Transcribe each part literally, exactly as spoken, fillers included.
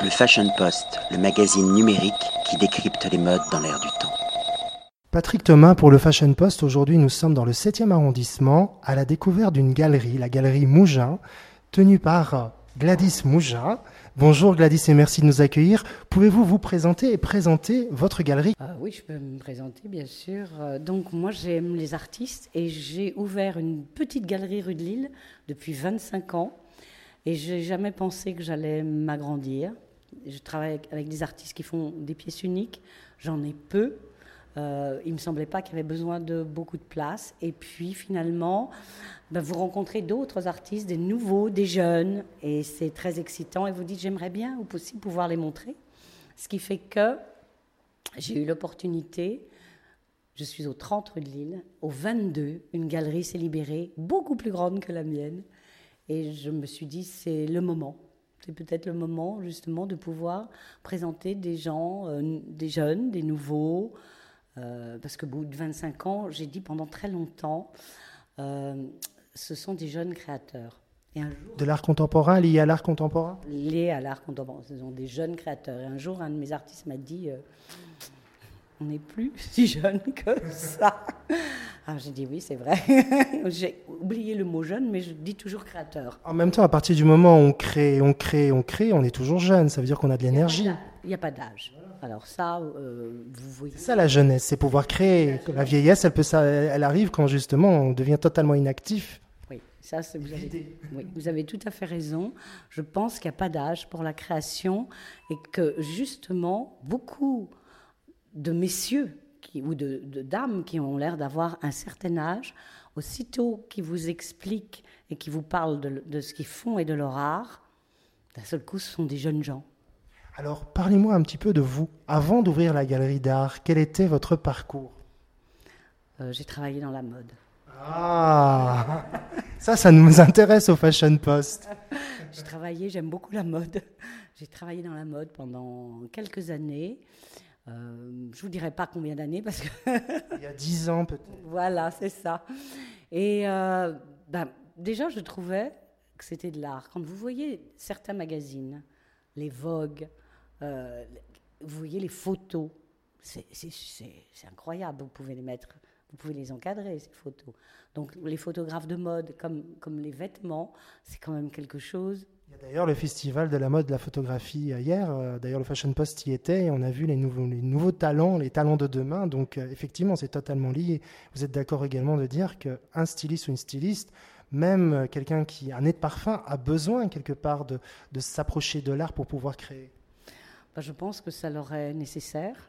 Le Fashion Post, le magazine numérique qui décrypte les modes dans l'air du temps. Patrick Thomas pour le Fashion Post. Aujourd'hui, nous sommes dans le septième arrondissement à la découverte d'une galerie, la galerie Mougin, tenue par Gladys Mougin. Bonjour Gladys et merci de nous accueillir. Pouvez-vous vous présenter et présenter votre galerie ? euh, Oui, je peux me présenter bien sûr. Euh, donc moi j'aime les artistes et j'ai ouvert une petite galerie rue de Lille depuis vingt-cinq ans et je n'ai jamais pensé que j'allais m'agrandir. Je travaille avec, avec des artistes qui font des pièces uniques, j'en ai peu. Euh, il ne me semblait pas qu'il y avait besoin de beaucoup de place. Et puis finalement, ben, vous rencontrez d'autres artistes, des nouveaux, des jeunes, et c'est très excitant. Et vous dites, j'aimerais bien ou possible pouvoir les montrer. Ce qui fait que j'ai eu l'opportunité, je suis au trente rue de Lille, au vingt-deux, une galerie s'est libérée, beaucoup plus grande que la mienne. Et je me suis dit, c'est le moment. C'est peut-être le moment justement de pouvoir présenter des gens, euh, des jeunes, des nouveaux. Euh, parce qu'au bout de vingt-cinq ans, j'ai dit pendant très longtemps, euh, ce sont des jeunes créateurs. Et un jour, de l'art contemporain, lié à l'art contemporain ? Liés à l'art contemporain, ce sont des jeunes créateurs. Et un jour, un de mes artistes m'a dit, euh, on n'est plus si jeune que ça. Alors j'ai dit oui, c'est vrai. J'ai oublié le mot jeune, mais je dis toujours créateur. En même temps, à partir du moment où on crée, on crée, on crée, on est toujours jeune. Ça veut dire qu'on a de l'énergie. Il n'y a pas d'âge. Alors ça, euh, vous voyez... C'est ça la jeunesse, c'est pouvoir créer. La vieillesse, elle, peut, ça, elle arrive quand justement on devient totalement inactif. Oui, ça, c'est, vous, avez, oui, vous avez tout à fait raison. Je pense qu'il n'y a pas d'âge pour la création et que justement, beaucoup de messieurs qui, ou de, de dames qui ont l'air d'avoir un certain âge, aussitôt qu'ils vous expliquent et qui vous parlent de, de ce qu'ils font et de leur art, d'un seul coup, ce sont des jeunes gens. Alors, parlez-moi un petit peu de vous. Avant d'ouvrir la galerie d'art, quel était votre parcours ? euh, J'ai travaillé dans la mode. Ah, ça, ça nous intéresse au Fashion Post. J'ai travaillé, j'aime beaucoup la mode. J'ai travaillé dans la mode pendant quelques années. Euh, je ne vous dirai pas combien d'années parce que... Il y a dix ans peut-être. Voilà, c'est ça. Et euh, ben, déjà, je trouvais que c'était de l'art. Quand vous voyez certains magazines, les Vogue, euh, vous voyez les photos, c'est, c'est, c'est, c'est incroyable. Vous pouvez les mettre, vous pouvez les encadrer, ces photos. Donc, les photographes de mode, comme, comme les vêtements, c'est quand même quelque chose. Il y a d'ailleurs le festival de la mode, de la photographie hier. D'ailleurs, le Fashion Post y était et on a vu les nouveaux, les nouveaux talents, les talents de demain. Donc, euh, effectivement, c'est totalement lié. Vous êtes d'accord également de dire qu'un styliste ou une styliste, même quelqu'un qui a un nez de parfum, a besoin quelque part de, de s'approcher de l'art pour pouvoir créer. Ben, je pense que ça leur est nécessaire.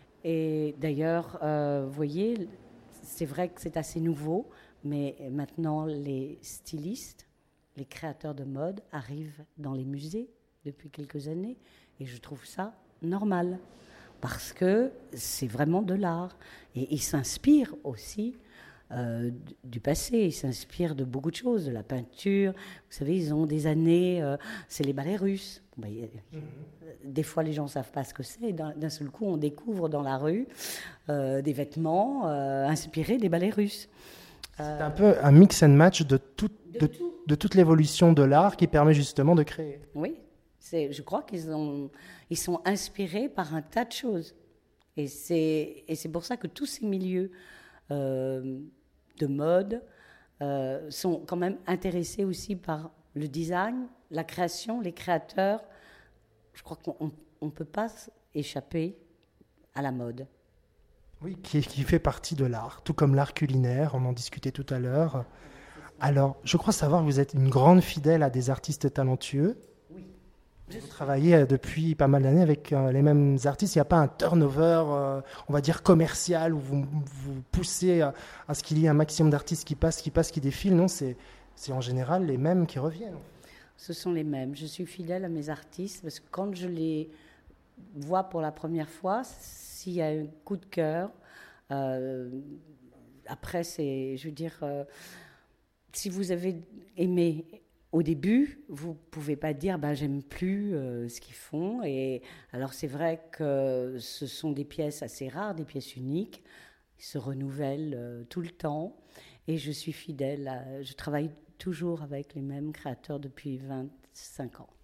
Et d'ailleurs, euh, vous voyez, c'est vrai que c'est assez nouveau, mais maintenant, les stylistes, les créateurs de mode arrivent dans les musées depuis quelques années et je trouve ça normal parce que c'est vraiment de l'art et ils s'inspirent aussi euh, du passé, ils s'inspirent de beaucoup de choses, de la peinture. Vous savez, ils ont des années, euh, c'est les ballets russes. Bon, ben, mmh. Des fois, les gens ne savent pas ce que c'est. D'un, d'un seul coup, on découvre dans la rue euh, des vêtements euh, inspirés des ballets russes. C'est un peu un mix and match de, tout, de, de, tout. de toute l'évolution de l'art qui permet justement de créer. Oui, c'est, je crois qu'ils ont, ils sont inspirés par un tas de choses. Et c'est, et c'est pour ça que tous ces milieux euh, de mode euh, sont quand même intéressés aussi par le design, la création, les créateurs. Je crois qu'on ne peut pas échapper à la mode. Oui, qui, qui fait partie de l'art, tout comme l'art culinaire, on en discutait tout à l'heure. Alors, je crois savoir que vous êtes une grande fidèle à des artistes talentueux. Oui. Vous travaillez depuis pas mal d'années avec euh, les mêmes artistes. Il n'y a pas un turnover, euh, on va dire, commercial, où vous, vous poussez à, à ce qu'il y ait un maximum d'artistes qui passent, qui passent, qui défilent. Non, c'est, c'est en général les mêmes qui reviennent. Ce sont les mêmes. Je suis fidèle à mes artistes parce que quand je les vois pour la première fois, s'il y a un coup de cœur, euh, après, c'est, je veux dire, euh, si vous avez aimé au début, vous ne pouvez pas dire ben, « j'aime plus euh, ce qu'ils font ». Et alors, c'est vrai que ce sont des pièces assez rares, des pièces uniques, ils se renouvellent euh, tout le temps. Et je suis fidèle, à, je travaille toujours avec les mêmes créateurs depuis vingt-cinq ans.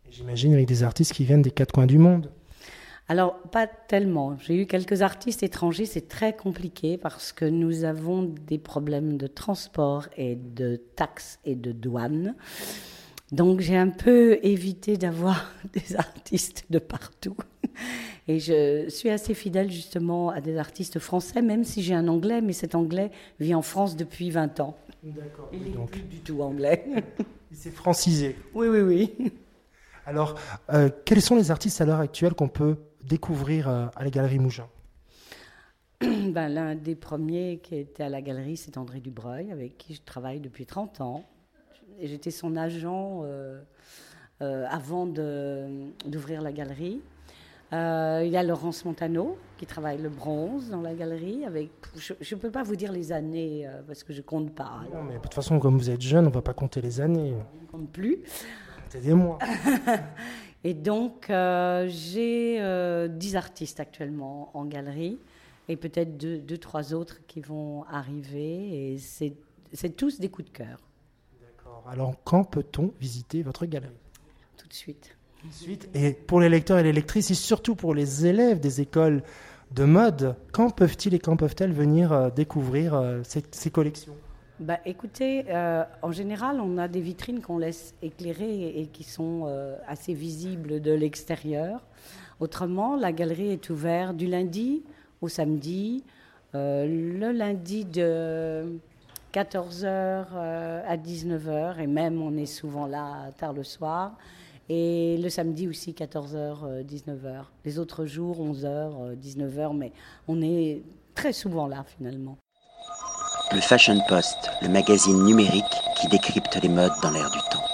J'imagine avec des artistes qui viennent des quatre coins du monde. Alors, pas tellement. J'ai eu quelques artistes étrangers, c'est très compliqué parce que nous avons des problèmes de transport et de taxes et de douane. Donc, j'ai un peu évité d'avoir des artistes de partout. Et je suis assez fidèle justement à des artistes français, même si j'ai un anglais, mais cet anglais vit en France depuis vingt ans. D'accord. Il n'est Donc, plus du tout anglais. il s'est francisé. Oui, oui, oui. Alors, euh, quels sont les artistes à l'heure actuelle qu'on peut découvrir euh, à la Galerie Mougin? Ben, l'un des premiers qui était à la galerie, c'est André Dubreuil, avec qui je travaille depuis trente ans. Et j'étais son agent euh, euh, avant de, d'ouvrir la galerie. Euh, il y a Laurence Montano, qui travaille le bronze dans la galerie. Avec, je ne peux pas vous dire les années, euh, parce que je ne compte pas. Non, mais de toute façon, comme vous êtes jeune, on ne va pas compter les années. Je ne compte plus. Comptez des mois. Et donc, euh, j'ai euh, dix artistes actuellement en galerie et peut-être deux, deux, trois autres qui vont arriver. Et c'est, c'est tous des coups de cœur. D'accord. Alors, quand peut-on visiter votre galerie? Tout de suite. Tout de suite. Et pour les lecteurs et les lectrices, et surtout pour les élèves des écoles de mode, quand peuvent-ils et quand peuvent-elles venir euh, découvrir euh, ces, ces collections? Bah, écoutez, euh, en général, on a des vitrines qu'on laisse éclairer et, et qui sont euh, assez visibles de l'extérieur. Autrement, la galerie est ouverte du lundi au samedi. Euh, le lundi de quatorze heures euh, à dix-neuf heures, et même on est souvent là tard le soir. Et le samedi aussi, quatorze heures, euh, dix-neuf heures. Les autres jours, onze heures, euh, dix-neuf heures, mais on est très souvent là finalement. Le Fashion Post, le magazine numérique qui décrypte les modes dans l'air du temps.